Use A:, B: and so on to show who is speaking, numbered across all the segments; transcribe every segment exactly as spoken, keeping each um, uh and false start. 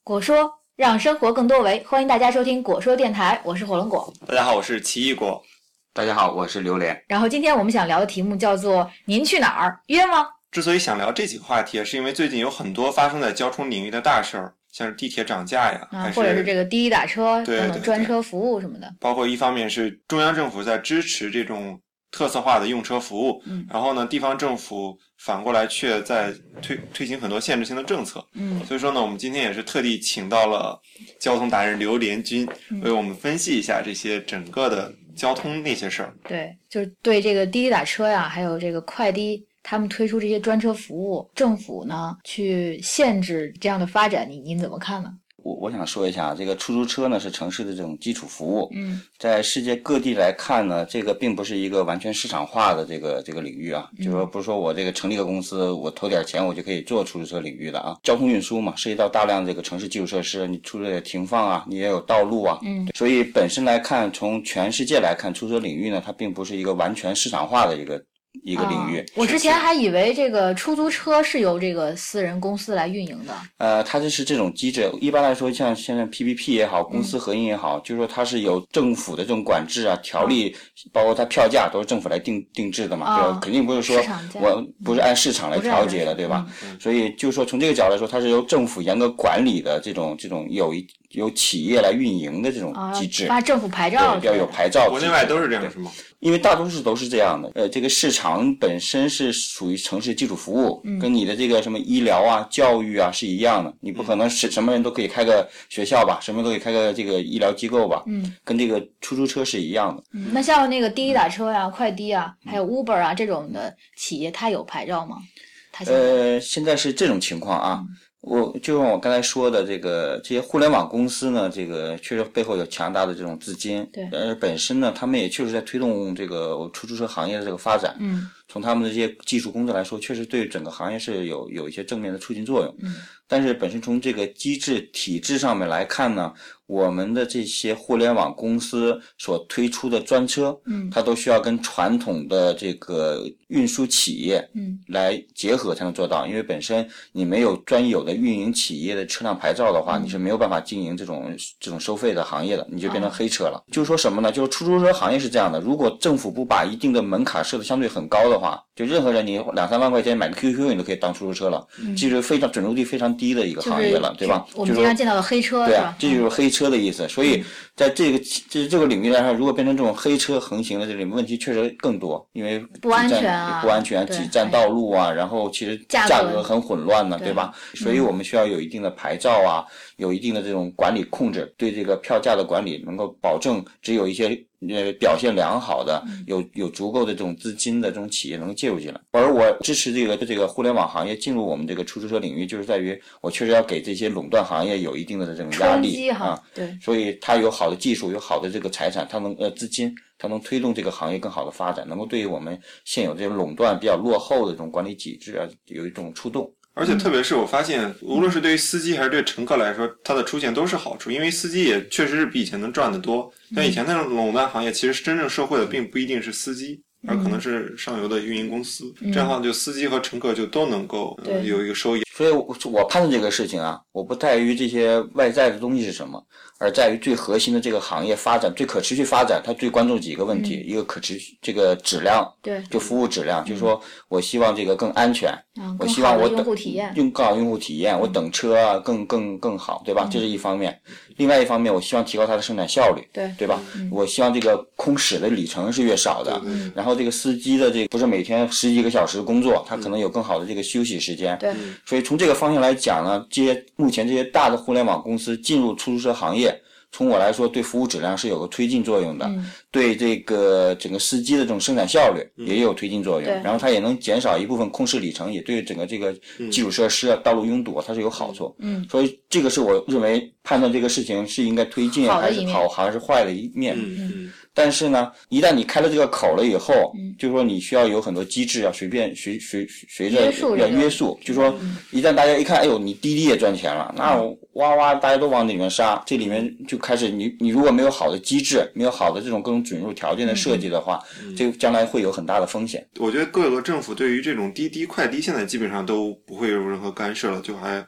A: 果说让生活更多维，欢迎大家收听果说电台，我是火龙果。
B: 大家好，我是奇异果。
C: 大家好，我是榴莲。
A: 然后今天我们想聊的题目叫做您去哪儿约吗？
B: 之所以想聊这几个话题，是因为最近有很多发生在交通领域的大事儿，像是地铁涨价呀，
A: 啊，
B: 还是
A: 或者是这个滴滴打车等等专车服务什么的。
B: 包括一方面是中央政府在支持这种特色化的用车服务，
A: 嗯，
B: 然后呢，地方政府反过来却在推推行很多限制性的政策，
A: 嗯，
B: 所以说呢，我们今天也是特地请到了交通达人榴莲君，
A: 嗯，
B: 为我们分析一下这些整个的交通那些事儿。
A: 对，就是对这个滴滴打车呀，还有这个快滴，他们推出这些专车服务，政府呢去限制这样的发展，你您怎么看呢？
C: 我我想说一下，这个出租车呢是城市的这种基础服务，
A: 嗯，
C: 在世界各地来看呢，这个并不是一个完全市场化的这个这个领域啊，
A: 嗯，
C: 就是说不是说我这个成立个公司，我投点钱我就可以做出租车领域的啊。交通运输嘛，涉及到大量这个城市基础设施，你出租车停放啊，你也有道路啊，
A: 嗯，
C: 所以本身来看，从全世界来看，出租车领域呢，它并不是一个完全市场化的一个。一个领域，
A: 啊，我之前还以为这个出租车是由这个私人公司来运营的。
C: 呃，它就是这种机制。一般来说，像现在 P P P 也好，公私合营也好，嗯，就是说它是有政府的这种管制啊、条例，嗯，包括它票价都是政府来定定制的嘛，对吧？肯定不是说我不是按市场来调节的，对吧？
A: 嗯，
C: 所以就是说从这个角度来说，它是由政府严格管理的这种这种有一由企业来运营的这种机制，
A: 发政府牌照，
C: 对，要有牌照。
B: 国内外都是这样是吗？
C: 因为大多数都是这样的。呃，这个市场本身是属于城市基础服务，
A: 嗯，
C: 跟你的这个什么医疗啊、教育啊是一样的。你不可能是什么人都可以开个学校吧，什么都可以开个这个医疗机构吧，
A: 嗯，
C: 跟这个出租车是一样的。
A: 嗯，那像那个滴滴打车呀、快滴啊，还有 Uber 啊这种的企业，它有牌照吗？它现在
C: 呃，现在是这种情况啊。嗯，我就像我刚才说的，这个这些互联网公司呢，这个确实背后有强大的这种资金，
A: 对，
C: 而本身呢，他们也确实在推动这个出租车行业的这个发展。
A: 嗯，
C: 从他们的这些技术工作来说，确实对整个行业是有有一些正面的促进作用。
A: 嗯，
C: 但是本身从这个机制体制上面来看呢，我们的这些互联网公司所推出的专车，
A: 嗯，
C: 它都需要跟传统的这个运输企业，
A: 嗯，
C: 来结合才能做到。因为本身你没有专有的运营企业的车辆牌照的话，
A: 嗯，
C: 你是没有办法经营这种这种收费的行业的，你就变成黑车了。哦，就是说什么呢？就是出租车行业是这样的，如果政府不把一定的门槛设得相对很高的话，就任何人你两三万块钱买个 Q Q 你都可以当出租车了，
A: 嗯，
C: 这就是非常准入率非常低的一个行业了，
A: 就是，
C: 对吧？
A: 我们经常见到的黑车，
C: 对啊，这就是黑车的意思。所以在这个这这个领域来说，如果变成这种黑车横行的这里面，问题确实更多，因为
A: 不安全啊，
C: 不安全，挤占道路啊，然后其实价格很混乱呢， 对, 对吧？所以我们需要有一定的牌照啊，有一定的这种管理控制，对这个票价的管理能够保证只有一些呃表现良好的，有有足够的这种资金的这种企业能够介入进来。而我支持这个这个互联网行业进入我们这个出租车领域，就是在于我确实要给这些垄断行业有一定的这种压力啊，
A: 对，
C: 所以它有好的技术，有好的这个财产，它能呃资金，它能推动这个行业更好的发展，能够对于我们现有这种垄断比较落后的这种管理体制啊有一种触动。
B: 而且特别是我发现，无论是对于司机还是对乘客来说，它的出现都是好处，因为司机也确实是比以前能赚得多。像以前那种垄断行业，其实真正受惠的并不一定是司机，而可能是上游的运营公司。这样的话，就司机和乘客就都能够，呃、有一个收益。
C: 所以我我判断这个事情啊，我不在于这些外在的东西是什么，而在于最核心的这个行业发展，最可持续发展，它最关注几个问题，嗯，一个可持续这个质量，
A: 对，
C: 就服务质量，嗯，就是说我希望这个更安全，
A: 嗯，
C: 我希望我
A: 更好的用户体验，
C: 用更好用户体验，我等车啊更更更好，对吧？这是一方面。另外一方面，我希望提高它的生产效率，
A: 对
C: 对吧？
A: 嗯，
C: 我希望这个空驶的里程是越少的，
B: 嗯，
C: 然后这个司机的这个不是每天十几个小时工作，他可能有更好的这个休息时间，
A: 对。
C: 所以从这个方向来讲呢，这些目前这些大的互联网公司进入出租车行业，从我来说对服务质量是有个推进作用的，
A: 嗯，
C: 对这个整个司机的这种生产效率也有推进作用，
A: 嗯，
C: 然后它也能减少一部分空驶里程，也对整个这个基础设施啊、嗯、道路拥堵啊它是有好处。
A: 嗯，
C: 所以这个是我认为判断这个事情是应该推进还是好还是坏的一面。
B: 嗯嗯。
C: 但是呢，一旦你开了这个口了以后，
A: 嗯，
C: 就是说你需要有很多机制啊，随便随随随着
A: 约束
C: 要约束，就是说一旦大家一看，哎呦，你滴滴也赚钱了，那哇哇大家都往里面杀，这里面就开始你你如果没有好的机制，没有好的这种各种准入条件的设计的话，
B: 嗯，
C: 这个将来会有很大的风险。
B: 我觉得各个政府对于这种滴滴快滴现在基本上都不会有任何干涉了，就还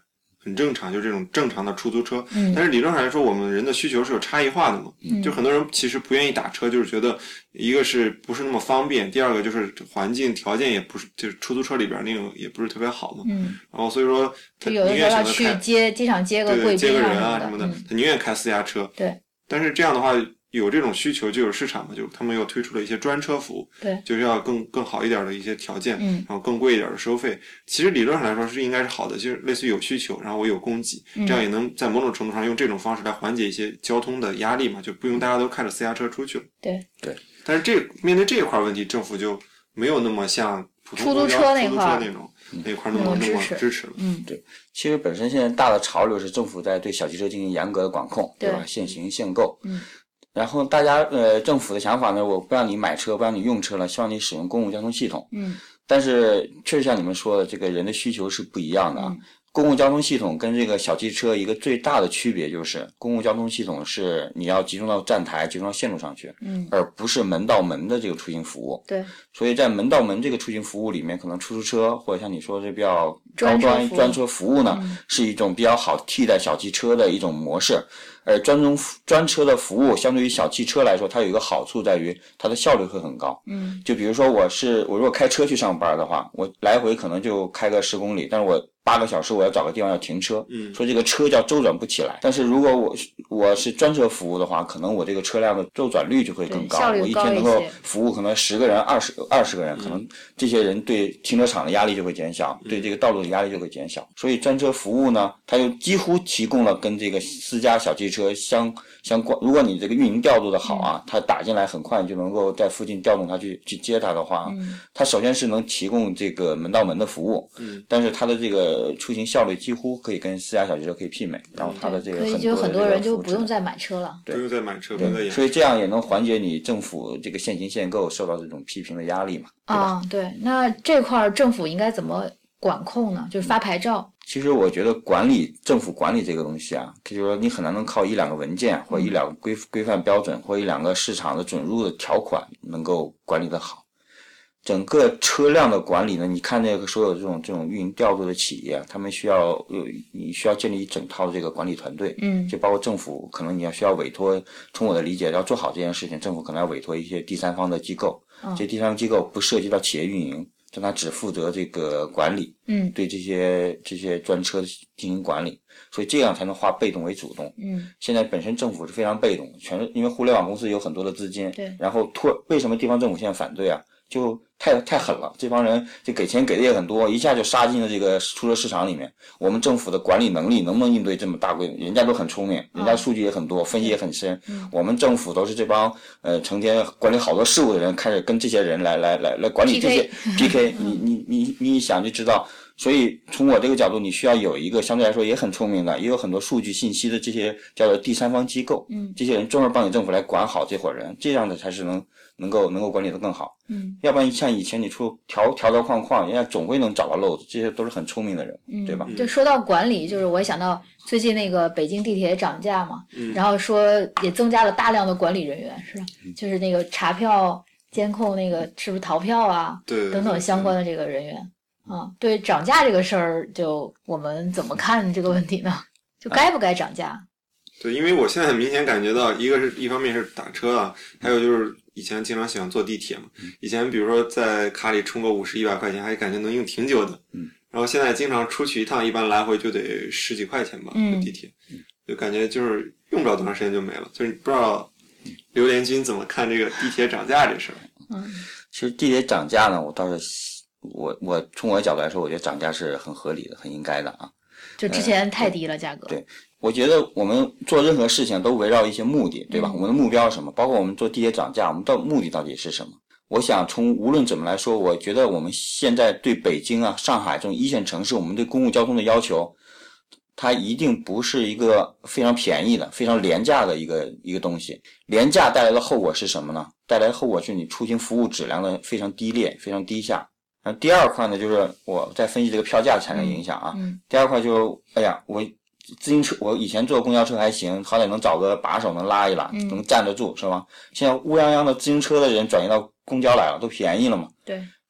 B: 很正常，就是这种正常的出租车。
A: 嗯，
B: 但是理论上来说，我们人的需求是有差异化的嘛。
A: 嗯，
B: 就很多人其实不愿意打车，就是觉得一个是不是那么方便，第二个就是环境条件也不是，就是出租车里边那种也不是特别好嘛。
A: 嗯，
B: 然后所以说他
A: 有的时候要去接机场接个贵宾
B: 啊什么的，他宁愿开私家车。
A: 对，
B: 但是这样的话。有这种需求就有市场嘛，就他们又推出了一些专车服务，
A: 对，
B: 就是要更更好一点的一些条件，
A: 嗯，
B: 然后更贵一点的收费。其实理论上来说是应该是好的，就是类似于有需求，然后我有供给，
A: 嗯、
B: 这样也能在某种程度上用这种方式来缓解一些交通的压力嘛，就不用大家都开着私家车出去了。
A: 对
B: 对，但是这面对这一块问题，政府就没有那么像普通
A: 出租车那块
B: 那种那块那么那么支持了。
A: 嗯，
C: 对，其实本身现在大的潮流是政府在对小汽车进行严格的管控，对吧？限行限购。
A: 嗯。
C: 然后大家呃，政府的想法呢，我不让你买车，不让你用车了，希望你使用公共交通系统。
A: 嗯。
C: 但是确实像你们说的，这个人的需求是不一样的啊。
A: 嗯、
C: 公共交通系统跟这个小汽车一个最大的区别就是，公共交通系统是你要集中到站台、集中到线路上去，
A: 嗯，
C: 而不是门到门的这个出行服务。
A: 对。
C: 所以在门到门这个出行服务里面，可能出租车或者像你说的这比较高端专车服务呢，
A: 嗯、
C: 是一种比较好替代小汽车的一种模式。而专中专车的服务相对于小汽车来说，它有一个好处在于它的效率会很高。
A: 嗯，
C: 就比如说我是我如果开车去上班的话，我来回可能就开个十公里，但是我八个小时我要找个地方要停车，
B: 嗯，
C: 所以这个车叫周转不起来。但是如果我我是专车服务的话，可能我这个车辆的周转率就会更高，
A: 效率
C: 我一天能够服务可能十个人、二十二十个人，可能这些人对停车场的压力就会减小，
B: 嗯、
C: 对这个道路的压力就会减小。所以专车服务呢，它就几乎提供了跟这个私家小汽车相相关。如果你这个运营调度的好啊，
A: 嗯、
C: 它打进来很快就能够在附近调动它去去接它的话，
A: 嗯、
C: 它首先是能提供这个门到门的服务，
B: 嗯，
C: 但是它的这个出行效率几乎可以跟私家小汽车可以媲美，然后它的这个很多的这个
A: 可以就很多人就不用再买车了，
B: 不用再买车，不用再
C: 所以这样也能缓解你政府这个限行限购受到这种批评的压力嘛，对吧？
A: 啊，对，那这块政府应该怎么管控呢？就是发牌照。
C: 其实我觉得管理政府管理这个东西啊，就是说你很难能靠一两个文件或一两个规规范标准或一两个市场的准入的条款能够管理得好。整个车辆的管理呢，你看那个所有这种这种运营调度的企业，他们需要有你需要建立一整套的这个管理团队，
A: 嗯，
C: 就包括政府，可能你要需要委托，从我的理解，要做好这件事情，政府可能要委托一些第三方的机构，
A: 嗯、
C: 这第三方机构不涉及到企业运营，但它只负责这个管理，
A: 嗯，
C: 对这些这些专车进行管理，所以这样才能化被动为主动。
A: 嗯，
C: 现在本身政府是非常被动，全是因为互联网公司有很多的资金，
A: 对，
C: 然后突为什么地方政府现在反对啊？就太太狠了，这帮人就给钱给的也很多，一下就杀进了这个出租车市场里面。我们政府的管理能力能不能应对这么大规模？人家都很聪明，人家数据也很多，分析也很深。
A: 嗯、
C: 我们政府都是这帮呃成天管理好多事务的人，开始跟这些人来来来来管理这些 P K。你你你你一想就知道。所以从我这个角度，你需要有一个相对来说也很聪明的，也有很多数据信息的这些叫做第三方机构，
A: 嗯，
C: 这些人专门帮你政府来管好这伙人，这样的才是能能够能够管理得更好，
A: 嗯，
C: 要不然像以前你出条条条框框，人家总会能找到漏子，这些都是很聪明的人，
A: 嗯，
C: 对吧？
A: 就说到管理，就是我想到最近那个北京地铁涨价嘛，
B: 嗯，
A: 然后说也增加了大量的管理人员，是吧？
C: 嗯、
A: 就是那个查票、监控那个是不是逃票啊，
B: 对，
A: 等等相关的这个人员。啊，对涨价这个事儿，就我们怎么看这个问题呢？就该不该涨价？
B: 对，因为我现在明显感觉到，一个是一方面是打车啊，还有就是以前经常喜欢坐地铁嘛，以前比如说在卡里充个五十一百块钱，还感觉能用挺久的，
C: 嗯，
B: 然后现在经常出去一趟，一般来回就得十几块钱吧，
A: 嗯，
B: 地铁，就感觉就是用不了多长时间就没了，就是不知道刘连军怎么看这个地铁涨价这事儿。
A: 嗯，
C: 其实地铁涨价呢，我倒是。我我从我的角度来说，我觉得涨价是很合理的，很应该的啊。
A: 就之前太低了、呃、价格。
C: 对，我觉得我们做任何事情都围绕一些目的，对吧？
A: 嗯、
C: 我们的目标是什么？包括我们做地铁涨价，我们的目的到底是什么？我想从无论怎么来说，我觉得我们现在对北京啊、上海这种一线城市，我们对公共交通的要求，它一定不是一个非常便宜的、非常廉价的一个一个东西。廉价带来的后果是什么呢？带来的后果是你出行服务质量的非常低劣、非常低下。然后第二块呢，就是我在分析这个票价产生影响啊。
A: 嗯。
C: 第二块就，哎呀，我自行车，我以前坐公交车还行，好歹能找个把手能拉一拉，
A: 嗯、
C: 能站得住，是吧？现在乌泱泱的自行车的人转移到公交来了，都便宜了嘛。
A: 对。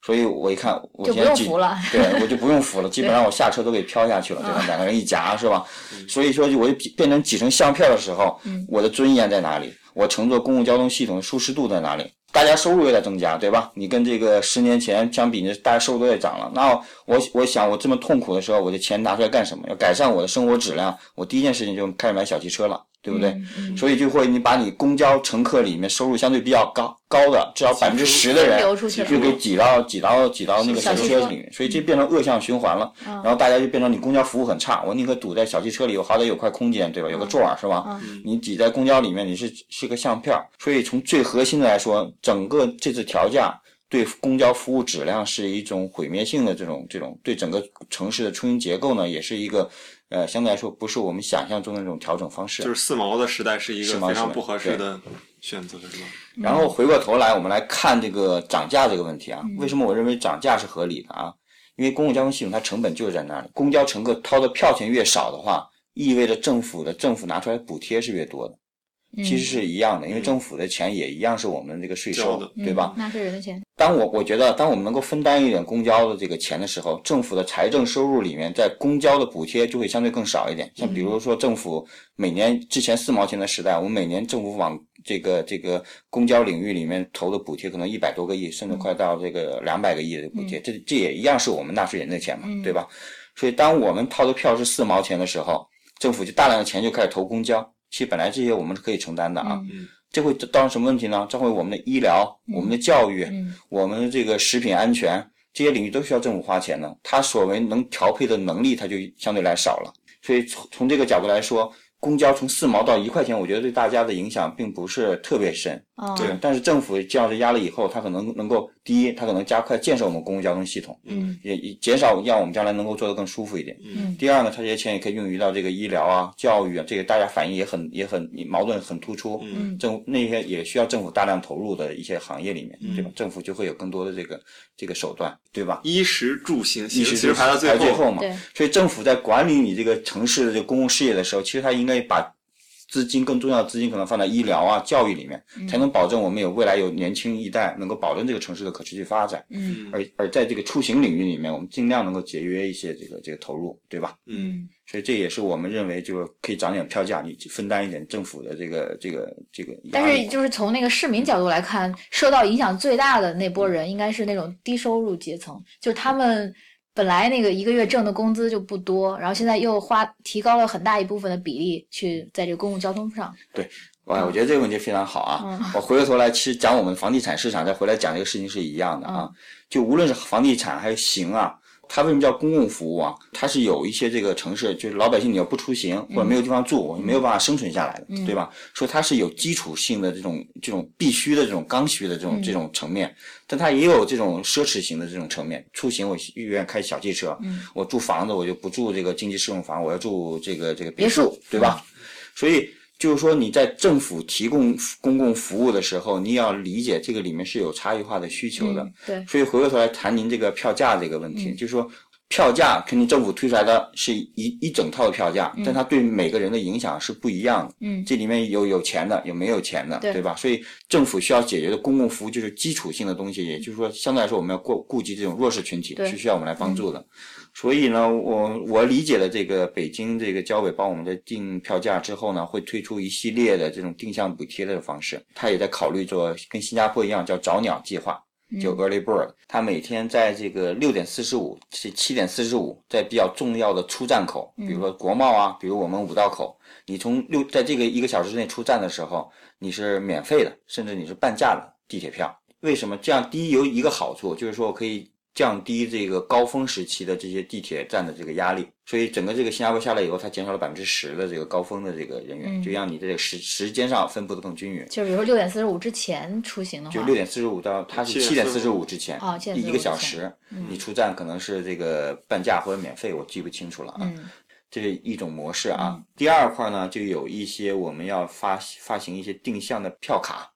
C: 所以我一看，我
A: 就不用扶了，
C: 对，我就不用扶了，基本上我下车都给飘下去了，对吧？两个人一夹，是吧？嗯、所以说，我就变成挤成相片的时候，嗯、我的尊严在哪里？我乘坐公共交通系统的舒适度在哪里？大家收入也在增加，对吧？你跟这个十年前相比，大家收入都在涨了。那我我想，我这么痛苦的时候，我的钱拿出来干什么？要改善我的生活质量，我第一件事情就开始买小汽车了。对不对、嗯嗯？所以就会你把你公交乘客里面收入相对比较高高的，至少百分之十的人就给挤到挤到挤到那个小汽车里面，所以这变成恶性循环了、嗯。然后大家就变成你公交服务很差，我宁可堵在小汽车里，我好歹有块空间，对吧？有个座儿、嗯、是吧、嗯？你挤在公交里面，你是是个相片。所以从最核心的来说，整个这次调价对公交服务质量是一种毁灭性的这种这种对整个城市的出行结构呢，也是一个。呃，相对来说不是我们想象中的那种调整方式，
B: 就是四毛的时代是一个非常不合适的选择，是吧？
C: 然后回过头来，我们来看这个涨价这个问题啊，为什么我认为涨价是合理的啊？因为公共交通系统它成本就是在那里，公交乘客掏的票钱越少的话，意味着政府的政府拿出来补贴是越多的。其实是一样的，因为政府的钱也一样是我们的这个税收，
A: 嗯、
C: 对吧？
A: 纳税人的钱。
C: 当我我觉得，当我们能够分担一点公交的这个钱的时候，政府的财政收入里面，在公交的补贴就会相对更少一点。像比如说，政府每年之前四毛钱的时代，我们每年政府往这个这个公交领域里面投的补贴可能一百多个亿，甚至快到这个两百个亿的补贴，这这也一样是我们纳税人的钱嘛，对吧？所以，当我们掏的票是四毛钱的时候，政府就大量的钱就开始投公交。其实本来这些我们是可以承担的啊，嗯、这会造成什么问题呢？这会我们的医疗、嗯、我们的教育、嗯、我们的这个食品安全这些领域都需要政府花钱的，它所谓能调配的能力它就相对来少了。所以从从这个角度来说，公交从四毛到一块钱，我觉得对大家的影响并不是特别深。
A: 哦、
C: 对，但是政府这样子压了以后，它可能能够第一，它可能加快建设我们公共交通系统，
A: 嗯，
C: 也减少让我们将来能够做得更舒服一点。
A: 嗯，
C: 第二呢，它这些钱也可以用于到这个医疗啊、教育啊，这个大家反应也很也很矛盾很突出。
A: 嗯，
C: 政那些也需要政府大量投入的一些行业里面，
A: 嗯、
C: 对吧？政府就会有更多的这个这个手段，对吧？
B: 衣食住行，
C: 衣食
B: 其实排到最后，
C: 排最后嘛。
A: 对，
C: 所以政府在管理你这个城市的这个公共事业的时候，其实它应该把资金更重要的资金可能放在医疗啊、教育里面，才能保证我们有未来有年轻一代能够保证这个城市的可持续发展。
A: 嗯，
C: 而而在这个出行领域里面，我们尽量能够节约一些这个这个投入，对吧？
A: 嗯，
C: 所以这也是我们认为就是可以涨点票价，你分担一点政府的这个这个这个。
A: 但是就是从那个市民角度来看，受到影响最大的那波人应该是那种低收入阶层，就是他们本来那个一个月挣的工资就不多，然后现在又花提高了很大一部分的比例去在这个公共交通上。
C: 对，哇，我觉得这个问题非常好啊。
A: 嗯、
C: 我回过头来，其实讲我们房地产市场，再回来讲这个事情是一样的啊。
A: 嗯、
C: 就无论是房地产还是行啊，它为什么叫公共服务啊？它是有一些这个城市，就是老百姓你要不出行或者没有地方住，
A: 嗯、
C: 没有办法生存下来的，
A: 嗯、
C: 对吧？所以它是有基础性的这种这种必须的这种刚需的这种、
A: 嗯、
C: 这种层面，但它也有这种奢侈型的这种层面。出行我愿意开小汽车，
A: 嗯、
C: 我住房子我就不住这个经济适用房，我要住这个这个别墅，对吧？所以就是说你在政府提供公共服务的时候，你要理解这个里面是有差异化的需求的。
A: 嗯、对。
C: 所以回过头来谈您这个票价这个问题，
A: 嗯、
C: 就是说票价肯定政府推出来的是一一整套的票价，
A: 嗯、
C: 但它对每个人的影响是不一样的。
A: 嗯，
C: 这里面有有钱的，有没有钱的，
A: 对,
C: 对吧？所以政府需要解决的公共服务就是基础性的东西，也就是说相对来说我们要顾顾及这种弱势群体，是需要我们来帮助的。嗯，所以呢，我我理解的这个北京这个交委帮我们在定票价之后呢，会推出一系列的这种定向补贴的方式。他也在考虑做跟新加坡一样叫早鸟计划，就 early bird。他每天在这个六点四十五是七点四十五，在比较重要的出站口，比如说国贸啊，比如我们五道口，你从六在这个一个小时之内出站的时候，你是免费的，甚至你是半价的地铁票。为什么这样？第一有一个好处，就是说我可以降低这个高峰时期的这些地铁站的这个压力，所以整个这个新加坡下来以后，它减少了百分之十的这个高峰的这个人员，嗯、就让你这个时时间上分布的更均匀。
A: 就比如说六点四十五之前出行的话，
C: 就六点四十五到它是七点四十五之前，
A: 哦，
C: 一个小时，
A: 嗯、
C: 你出站可能是这个半价或者免费，我记不清楚了啊。
A: 嗯，
C: 这是一种模式啊。
A: 嗯、
C: 第二块呢，就有一些我们要发发行一些定向的票卡，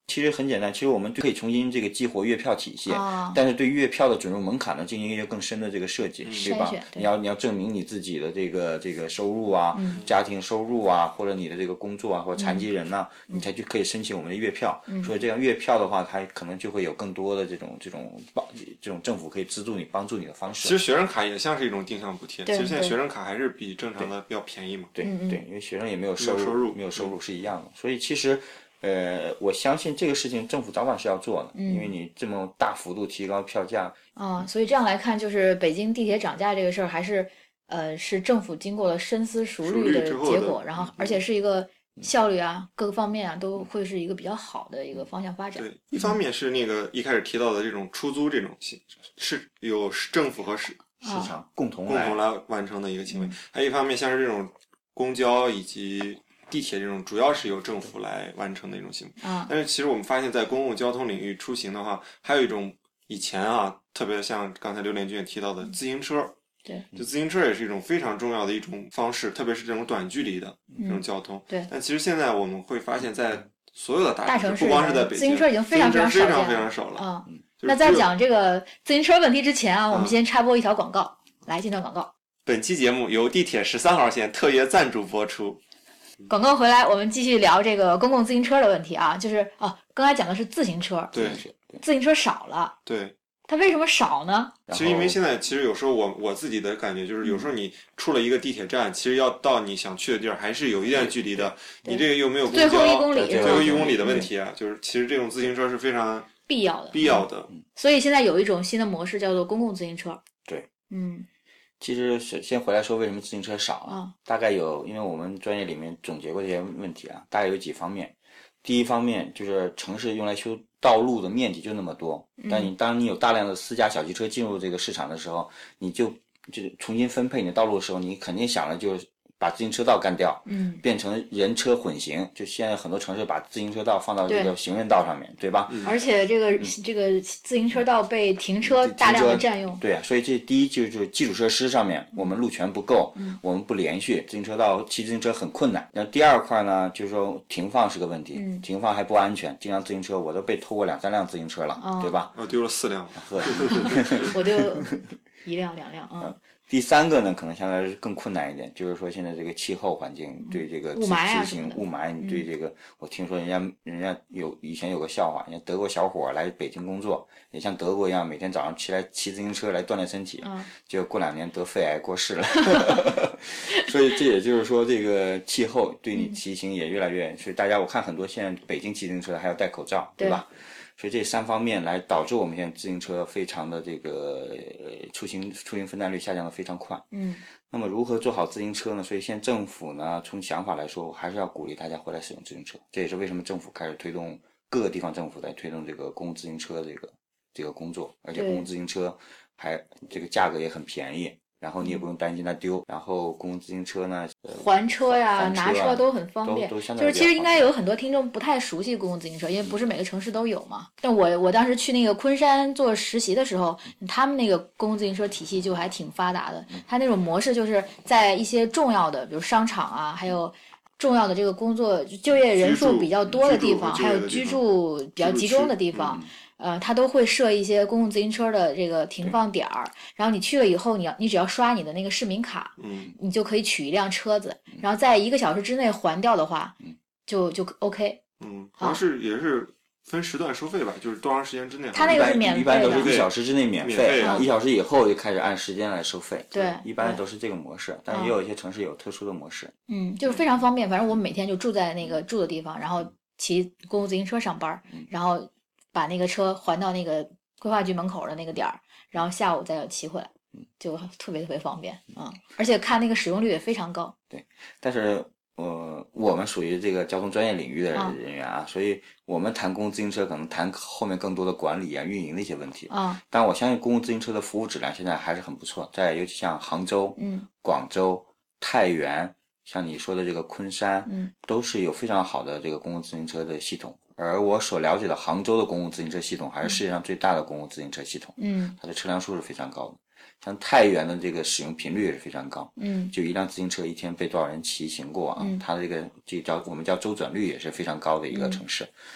C: 其实很简单，其实我们可以重新这个激活月票体系，哦、但是对月票的准入门槛呢进行一个更深的这个设计，
A: 嗯、
C: 对吧？
A: 对
C: 你要你要证明你自己的这个这个收入啊、嗯、家庭收入啊，或者你的这个工作啊，或者残疾人呐、啊，嗯、你才去可以申请我们的月票。嗯、所以这样月票的话，它可能就会有更多的这种这种帮这种政府可以资助你、帮助你的方式。
B: 其实学生卡也像是一种定向补贴，其实现在学生卡还是比正常的要便宜嘛。
C: 对对, 对，因为学生也没有收入，
B: 没有收入，
C: 没有收入是一样的，所以其实。呃，我相信这个事情政府早晚是要做的，嗯、因为你这么大幅度提高票价
A: 啊、哦，所以这样来看，就是北京地铁涨价这个事儿，还是呃是政府经过了深思熟虑的结果，然后而且是一个效率啊、嗯、各个方面啊都会是一个比较好的一个方向发展。
B: 对，一方面是那个一开始提到的这种出租这种是有政府和市
C: 市场共同
B: 共同来完成的一个行为，嗯、还有一方面像是这种公交以及地铁这种主要是由政府来完成的一种行为，
A: 啊，
B: 但是其实我们发现在公共交通领域出行的话，还有一种以前啊，特别像刚才刘连军也提到的自行车，
A: 对，
B: 就自行车也是一种非常重要的一种方式，特别是这种短距离的这种交通。
A: 嗯、对，
B: 但其实现在我们会发现，在所有的
A: 大
B: 城市，不光是在北京，
A: 自行车已经非常非常
B: 少了，非常非常少了。
A: 啊、
B: 嗯，
A: 那在讲这个自行车问题之前啊，我们先插播一条广告，嗯、来，进段广告。
B: 本期节目由地铁十三号线特约赞助播出。
A: 广告回来，我们继续聊这个公共自行车的问题啊，就是哦，刚才讲的是自行车，
B: 对，
A: 自行车少了，
B: 对，
A: 它为什么少呢？
B: 其实因为现在其实有时候我我自己的感觉就是，有时候你出了一个地铁站，其实要到你想去的地儿还是有一段距离的，你这个又没有公交，
A: 最后一公里，
B: 最后一公里的问题啊，就是其实这种自行车是非常
A: 必要的，
B: 必要的。
A: 所以现在有一种新的模式叫做公共自行车。
C: 对，
A: 嗯。
C: 其实先回来说为什么自行车少啊、
A: 哦、
C: 大概有，因为我们专业里面总结过这些问题啊，大概有几方面。第一方面就是城市用来修道路的面积就那么多，
A: 嗯、
C: 但你当你有大量的私家小汽车进入这个市场的时候，你就就是重新分配你的道路的时候，你肯定想的就是把自行车道干掉，
A: 嗯，
C: 变成人车混行。就现在很多城市把自行车道放到这个行人道上面， 对, 对吧？
A: 嗯、而且这个、嗯、这个自行车道被停车大量的占用。
C: 对啊，所以这第一就是基础设施上面我们路权不够，
A: 嗯、
C: 我们不连续，自行车道骑自行车很困难。然后第二块呢，就是说停放是个问题，
A: 嗯、
C: 停放还不安全，经常自行车我都被偷过两三辆自行车了，
A: 哦、
C: 对吧？
B: 我丢了四辆，
A: 我丢一辆两辆啊。
C: 嗯第三个呢，可能相对来说更困难一点，就是说现在这个气候环境对这个
A: 雾霾
C: 自行雾霾，你对这个，我听说人家人家有以前有个笑话，人家德国小伙来北京工作，也像德国一样，每天早上起来骑自行车来锻炼身体，
A: 嗯，
C: 结果过两年得肺癌过世了。所以这也就是说，这个气候对你骑行也越来越，所以大家我看很多现在北京骑自行车还要戴口罩，对吧？所以这三方面来导致我们现在自行车非常的这个出行出行分担率下降的非常快。
A: 嗯，
C: 那么如何做好自行车呢？所以现在政府呢，从想法来说，还是要鼓励大家回来使用自行车。这也是为什么政府开始推动各个地方政府在推动这个公共自行车这个这个工作，而且公共自行车还这个价格也很便宜。然后你也不用担心它丢，然后公共自行车呢，
A: 呃、还车呀、
C: 啊、
A: 拿车都很方便。
C: 都都
A: 就是其实应该有很多听众不太熟悉公共自行车，因为不是每个城市都有嘛。但我我当时去那个昆山做实习的时候，他们那个公共自行车体系就还挺发达的。它那种模式就是在一些重要的，比如商场啊，还有重要的这个工作就业人数比较多的地方，还有居住比较集中的地方。呃，它都会设一些公共自行车的这个停放点儿，然后你去了以后，你要你只要刷你的那个市民卡，
B: 嗯，
A: 你就可以取一辆车子，然后在一个小时之内还掉的话，就就 OK。
B: 嗯，好像是也是分时段收费吧，就是多长时间之内。
A: 它那个是免费的，
C: 一般都是一小时之内免
B: 费，
C: 一小时以后就开始按时间来收费。
A: 对，
C: 一般都是这个模式，但也有一些城市有特殊的模式。
A: 嗯，就是非常方便，反正我们每天就住在那个住的地方，然后骑公共自行车上班，然后把那个车还到那个规划局门口的那个点儿，然后下午再要骑回来，就特别特别方便啊、嗯！而且看那个使用率也非常高。
C: 对，但是呃，我们属于这个交通专业领域的人员啊，哦、所以我们谈公共自行车可能谈后面更多的管理啊、运营的一些问题
A: 啊。哦、
C: 但我相信公共自行车的服务质量现在还是很不错，在尤其像杭州、
A: 嗯、
C: 广州、太原，像你说的这个昆山，
A: 嗯，
C: 都是有非常好的这个公共自行车的系统。而我所了解的杭州的公共自行车系统还是世界上最大的公共自行车系统，
A: 嗯，
C: 它的车辆数是非常高的。像太原的这个使用频率也是非常高，
A: 嗯，
C: 就一辆自行车一天被多少人骑行过啊？
A: 嗯、
C: 它的这个这叫我们叫周转率也是非常高的一个城市。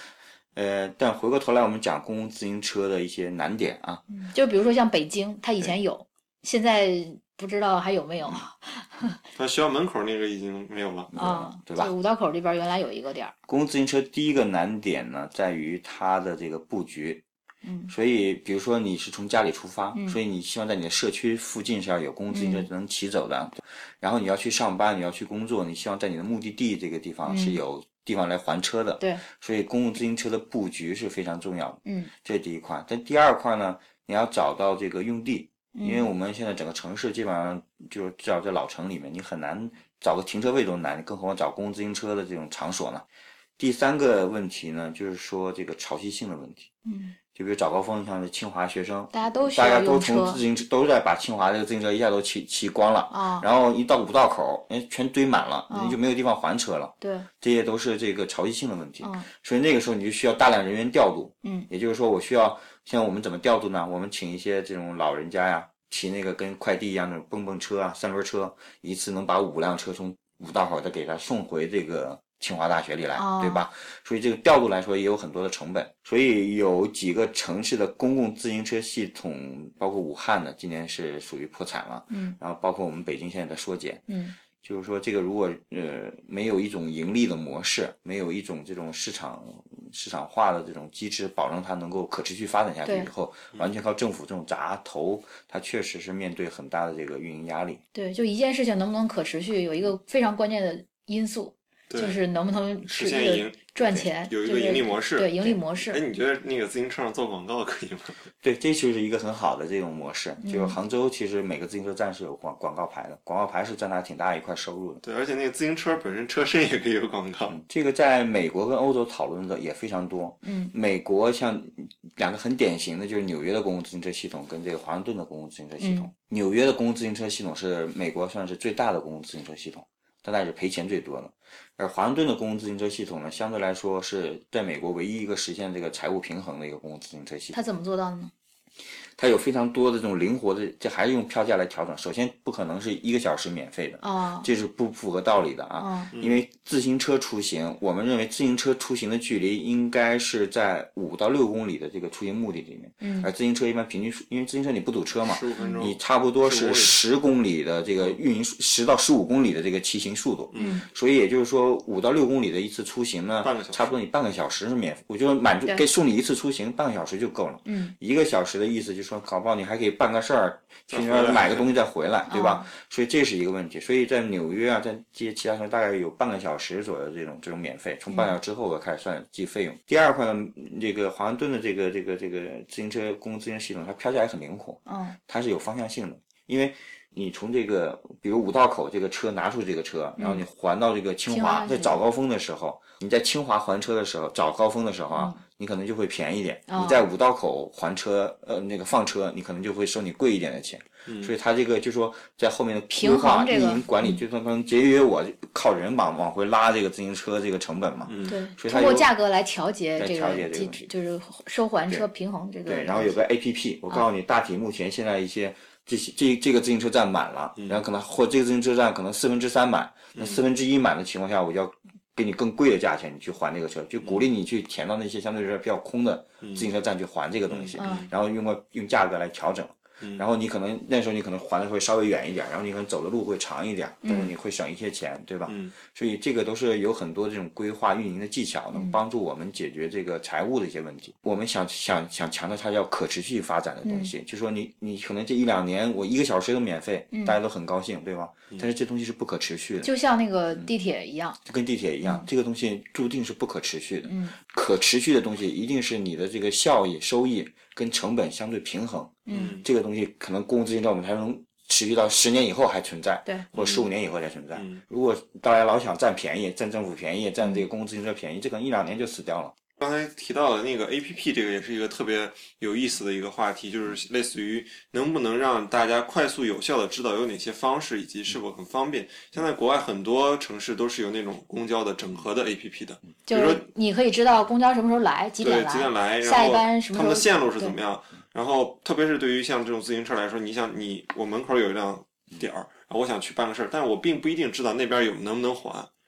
C: 呃，但回过头来我们讲公共自行车的一些难点啊，
A: 嗯、就比如说像北京，它以前有，现在不知道还有没有。
B: 它学校门口那个已经没有了
A: 啊、
C: 嗯，对吧？
A: 五道口这边原来有一个点儿。
C: 公共自行车第一个难点呢，在于它的这个布局。
A: 嗯，
C: 所以比如说你是从家里出发，
A: 嗯、
C: 所以你希望在你的社区附近是要有公共自行车能骑走的、嗯、然后你要去上班，你要去工作，你希望在你的目的地这个地方是有地方来还车的、
A: 嗯、对，
C: 所以公共自行车的布局是非常重要的。
A: 嗯，
C: 这是第一块。但第二块呢，你要找到这个用地，因为我们现在整个城市基本上就是至少在老城里面，你很难找个停车位都难，更何况找公共自行车的这种场所呢。第三个问题呢，就是说这个潮汐性的问题。
A: 嗯，
C: 就比如早高峰，像是清华学生，
A: 大家都需
C: 大
A: 要
C: 家都从自行车都在把清华这个自行车一下都骑骑光了、
A: 哦、
C: 然后一到五道口，人全堆满了，人、哦、就没有地方还车了。
A: 对，
C: 这些都是这个潮汐性的问题。
A: 哦、
C: 所以那个时候你就需要大量人员调度。
A: 嗯，
C: 也就是说，我需要像我们怎么调度呢？我们请一些这种老人家呀，骑那个跟快递一样的蹦蹦车啊、三轮车，一次能把五辆车从五道口再给他送回这个清华大学里来、
A: 哦、
C: 对吧？所以这个调度来说也有很多的成本，所以有几个城市的公共自行车系统，包括武汉呢，今年是属于破产了，
A: 嗯，
C: 然后包括我们北京现在在缩减，
A: 嗯，
C: 就是说这个如果呃没有一种盈利的模式，没有一种这种市场市场化的这种机制，保证它能够可持续发展下去以后，完全靠政府这种砸头，它确实是面对很大的这个运营压力。
A: 对，就一件事情能不能可持续，有一个非常关键的因素。就是能不能
B: 实现盈
A: 赚钱，
B: 有一个盈利模式，
A: 对盈利模式。
B: 哎，你觉得那个自行车上做广告可以吗？
C: 对，这就是一个很好的这种模式。就是杭州其实每个自行车站是有广广告牌的，广告牌是占它挺大一块收入的。
B: 对，而且那个自行车本身车身也可以有广告。
C: 嗯、这个在美国跟欧洲讨论的也非常多。
A: 嗯，
C: 美国像两个很典型的就是纽约的公共自行车系统跟这个华盛顿的公共自行车系统。
A: 嗯、
C: 纽约的公共自行车系统是美国算是最大的公共自行车系统。它那是赔钱最多的，而华盛顿的公共自行车系统呢，相对来说是在美国唯一一个实现这个财务平衡的一个公共自行车系统。
A: 它怎么做到的呢？
C: 它有非常多的这种灵活的，这还是用票价来调整。首先不可能是一个小时免费的，
A: 哦，
C: 这是不符合道理的啊。
A: 哦、
C: 因为自行车出行，我们认为自行车出行的距离应该是在五到六公里的这个出行目的里面，
A: 嗯，
C: 而自行车一般平均，因为自行车你不堵车嘛，
B: 十五分钟，
C: 你差不多是十公里的这个运营，十到十五公里的这个骑行速度，
A: 嗯，
C: 所以也就是说五到六公里的一次出行呢，
B: 半个小时
C: 差不多你半个小时是免费，我就满足给送你一次出行，半个小时就够了，
A: 嗯，
C: 一个小时的意思就是说，搞不好你还可以办个事儿，去那边买个东西再回来，对吧？
A: 哦、
C: 所以这是一个问题。所以在纽约啊，在这些其他城市大概有半个小时左右这种这种免费，从半个小时之后开始算计费用。嗯、第二块呢，这个华盛顿的这个这个这个自行车公共自行车系统，它票价也很灵活，
A: 嗯，
C: 它是有方向性的，因为你从这个比如五道口这个车拿出这个车，然后你还到这个清华，
A: 嗯、
C: 在早高峰的时候，你在清华还车的时候，早高峰的时候啊。
A: 嗯，
C: 你可能就会便宜一点，
A: 哦、
C: 你在五道口还车，呃，那个放车，你可能就会收你贵一点的钱。
B: 嗯、
C: 所以它这个就是说，在后面的规划、运营管理，就是能节约我靠人往往回拉这个自行车这个成本嘛。
B: 嗯，
A: 对，
C: 所以它
A: 通过价格来调节这个，
C: 这个
A: 就是收还车平衡这个。
C: 对，然后有个 A P P， 我告诉你，大体目前现在一些这些这这个自行车站满了，
B: 嗯、
C: 然后可能或这个自行车站可能四分之三满，那四分之一满的情况下，我就要给你更贵的价钱，你去还这个车，就鼓励你去填到那些相对来说比较空的自行车站去还这个东西，
A: 嗯、
C: 然后用个用价格来调整。
B: 嗯、
C: 然后你可能那时候你可能还的会稍微远一点，然后你可能走的路会长一点，但是你会省一些钱，对吧？
B: 嗯，
C: 所以这个都是有很多这种规划运营的技巧，能帮助我们解决这个财务的一些问题。我们想想想强调它叫可持续发展的东西，
A: 嗯、
C: 就说你你可能这一两年我一个小时都免费，
A: 嗯、
C: 大家都很高兴，对吧？但是这东西是不可持续的，
A: 就像那个地铁一样，
C: 就跟地铁一样，
A: 嗯、
C: 这个东西注定是不可持续的。
A: 嗯，
C: 可持续的东西一定是你的这个效益、收益跟成本相对平衡。
A: 嗯，
C: 这个东西可能公共自行车我们才能持续到十年以后还存在，
A: 对，
C: 或者十五年以后才存在。
B: 嗯、
C: 如果大家老想占便宜，占政府便宜，占这个公共自行车便宜，这可能一两年就死掉了。
B: 刚才提到的那个 A P P， 这个也是一个特别有意思的一个话题，就是类似于能不能让大家快速有效的知道有哪些方式以及是否很方便。现在国外很多城市都是有那种公交的整合的 A P P 的，
A: 就是你可以知道公交什么时候来，几点来，
B: 几点来，
A: 下一班什么时候，
B: 他们的线路是怎么样。然后特别是对于像这种自行车来说，你想你我门口有一辆点儿，然后我想去办个事儿，但是我并不一定知道那边有能不能还。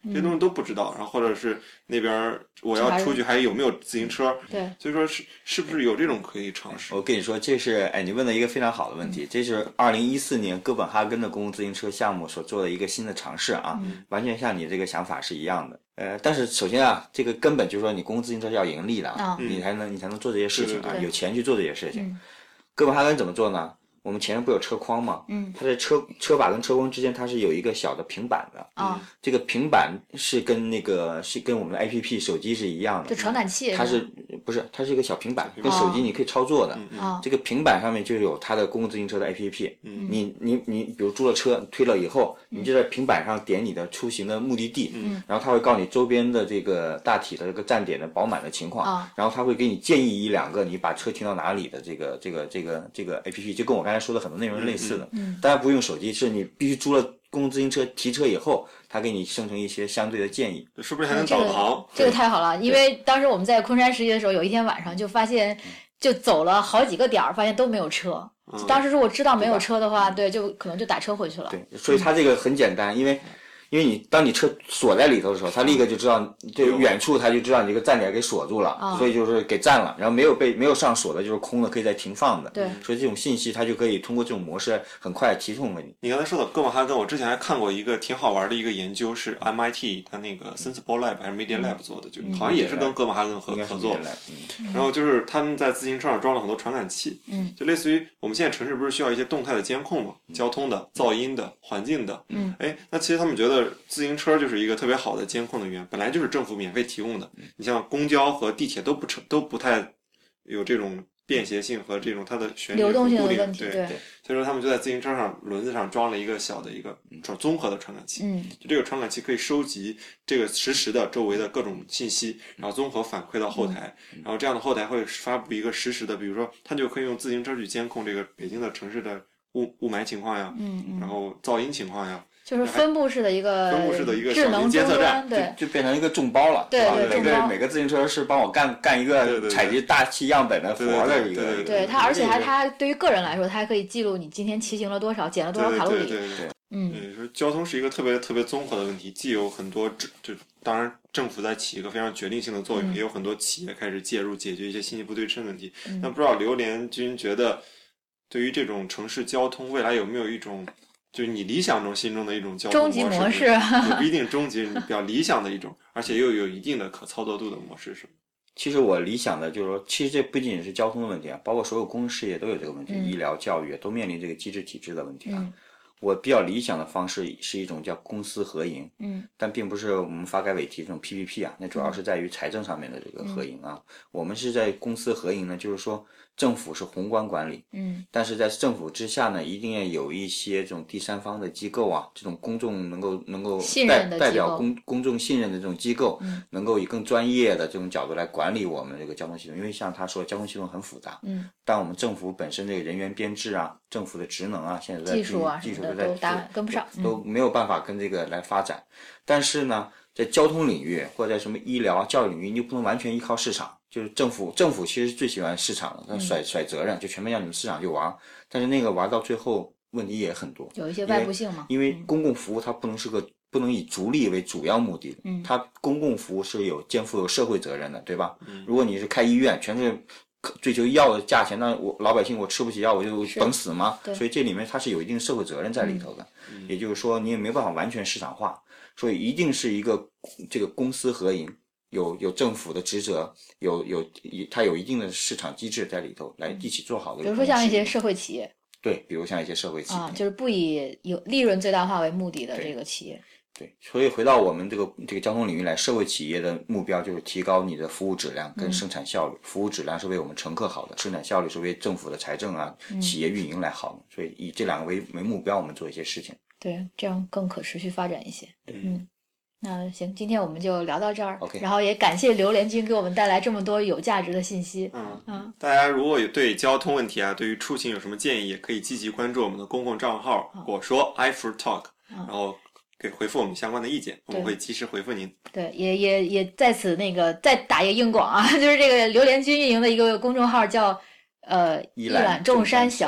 B: 这些东西都不知道，然后或者是那边我要出去还有没有自行车，
A: 对，
B: 所以说是是不是有这种可以尝试？
C: 我跟你说，这是哎，你问了一个非常好的问题，这是二零一四年哥本哈根的公共自行车项目所做的一个新的尝试啊，嗯、完全像你这个想法是一样的。呃，但是首先啊，这个根本就是说你公共自行车要盈利了，啊嗯、你才能你才能做这些事情啊，
B: 对对对
C: 有钱去做这些事情。
A: 嗯、
C: 哥本哈根怎么做呢？我们前面不有车筐吗？嗯，它在车车把跟车筐之间，它是有一个小的平板的。啊、嗯，这个平板是跟那个是跟我们的 A P P 手机是一样的。
A: 就传感器。
C: 它是不是？它是一个小平板，跟手机你可以操作的。
A: 啊、
C: 嗯，这个平板上面就有它的公共自行车的 A P P。嗯，你你你，比如租了车，推了以后，你就在平板上点你的出行的目的地。嗯，然后它会告诉你周边的这个大体的这个站点的饱满的情况。啊，然后它会给你建议一两个你把车停到哪里的这个这个这个这个 A P P， 就跟我刚才说的很多内容类似。类似的，嗯，当然不用手机，是你必须租了公共自行车提车以后，它给你生成一些相对的建议，
B: 是不是还能导航？
A: 这个、这个太好了，因为当时我们在昆山实习的时候，有一天晚上就发现，就走了好几个点儿，发现都没有车。嗯、当时如果知道没有车的话，对，就可能就打车回去了。
C: 对，所以它这个很简单，因为。因为你当你车锁在里头的时候，它立刻就知道，就远处它就知道你这个站点给锁住了，哦、所以就是给占了，然后没有被没有上锁的就是空的，可以再停放的。
A: 对，
C: 所以这种信息它就可以通过这种模式很快提送给你。
B: 你刚才说的哥本哈根，我之前还看过一个挺好玩的一个研究，是 M I T 它那个 Sensible Lab 还是 Media Lab 做的，就好像也是跟哥本哈根合合作。嗯、然后就是他们在自行车上装了很多传感器，嗯，就类似于我们现在城市不是需要一些动态的监控嘛，交通的、噪音的、环境的，嗯，哎，那其实他们觉得自行车就是一个特别好的监控的源，本来就是政府免费提供的。你像公交和地铁都不成都不太有这种便携性和这种它的旋律
A: 流动性的
B: 问
A: 题，对，
B: 对，所以说他们就在自行车上轮子上装了一个小的一个综合的传感器，嗯，就这个传感器可以收集这个实时的周围的各种信息，然后综合反馈到后台，嗯、然后这样的后台会发布一个实时的，比如说它就可以用自行车去监控这个北京的城市的雾雾霾情况呀，嗯嗯，然后噪音情况呀。
A: 就是分布式的一个
B: 分布式的一个
A: 智能
B: 监测站，
A: 对，
C: 就变成一个众包了，
A: 对对，
C: 每个每个自行车是帮我干干一个采集大气样本的活的一个，
A: 对它，而且还它对于个人来说，它还可以记录你今天骑行了多少，减了多少卡路里，
B: 对对对，嗯，说交通是一个特别特别综合的问题，既有很多就当然政府在起一个非常决定性的作用，
A: 嗯、
B: 也有很多企业开始介入解决一些信息不对称问题。嗯、那不知道刘连军觉得，对于这种城市交通，未来有没有一种？就是你理想中心中的一种交通
A: 模式，终极模式
B: 也不一定终极，比较理想的一种，而且又有一定的可操作度的模式是。
C: 其实我理想的就是说，其实这不仅仅是交通的问题啊，包括所有公共事业都有这个问题，嗯、医疗、教育都面临这个机制体制的问题啊。嗯、我比较理想的方式是一种叫公私合营，嗯，但并不是我们发改委提这种 P P P 啊，那主要是在于财政上面的这个合营啊。嗯、我们是在公私合营呢，就是说。政府是宏观管理，嗯，但是在政府之下呢，一定要有一些这种第三方的机构啊，这种公众能够能够代代表公公众信任的这种机构，嗯，能够以更专业的这种角度来管理我们这个交通系统。因为像他说，交通系统很复杂，嗯，但我们政府本身这个人员编制啊，政府的职能啊，现在在
A: 技术啊，
C: 技术都
A: 在跟不上，
C: 都没有办法跟这个来发展。但是呢，在交通领域或者在什么医疗、教育领域，你就不能完全依靠市场。就是政府，政府其实最喜欢市场的，他甩、嗯、甩责任，就全面让你们市场去玩。但是那个玩到最后，问题也很多，
A: 有一些外部性嘛。
C: 因为公共服务它不能是个不能以逐利为主要目的，嗯，它公共服务是有肩负有社会责任的，对吧？嗯，如果你是开医院，全是追求药的价钱，那我老百姓我吃不起药，我就等死吗？所以这里面它是有一定社会责任在里头的。嗯、也就是说，你也没办法完全市场化，所以一定是一个这个公私合营。有有政府的职责，有有它有一定的市场机制在里头，来一起做好的。
A: 比如说像一些社会企业，
C: 对，比如像一些社会企业，
A: 啊，就是不以有利润最大化为目的的这个企业。
C: 对，对所以回到我们这个这个交通领域来，社会企业的目标就是提高你的服务质量跟生产效率。嗯、服务质量是为我们乘客好的，生产效率是为政府的财政啊、嗯、企业运营来好的。所以以这两个为为目标，我们做一些事情。
A: 对，这样更可持续发展一些。嗯。那行，今天我们就聊到这儿。
C: OK，
A: 然后也感谢刘连军给我们带来这么多有价值的信息。
B: 嗯嗯，大家如果有对交通问题啊，对于出行有什么建议，也可以积极关注我们的公共账号“我说 iFood Talk”，、嗯、然后给回复我们相关的意见，我们会及时回复您。
A: 对，也也也在此那个再打一个硬广啊，就是这个刘连军运营的一个公众号叫呃一览众山小。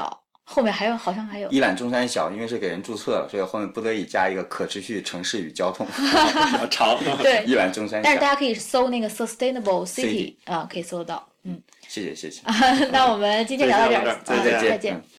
A: 后面还有好像还有
C: 一览中山小，因为是给人注册了，所以后面不得已加一个可持续城市与交通
B: 长
A: 对
C: 一览中山小，
A: 但是大家可以搜那个 sustainable city 啊、呃，可以搜得到。嗯，
C: 谢谢谢谢
A: 那我们今天聊到这儿，
B: 再见
A: 再见。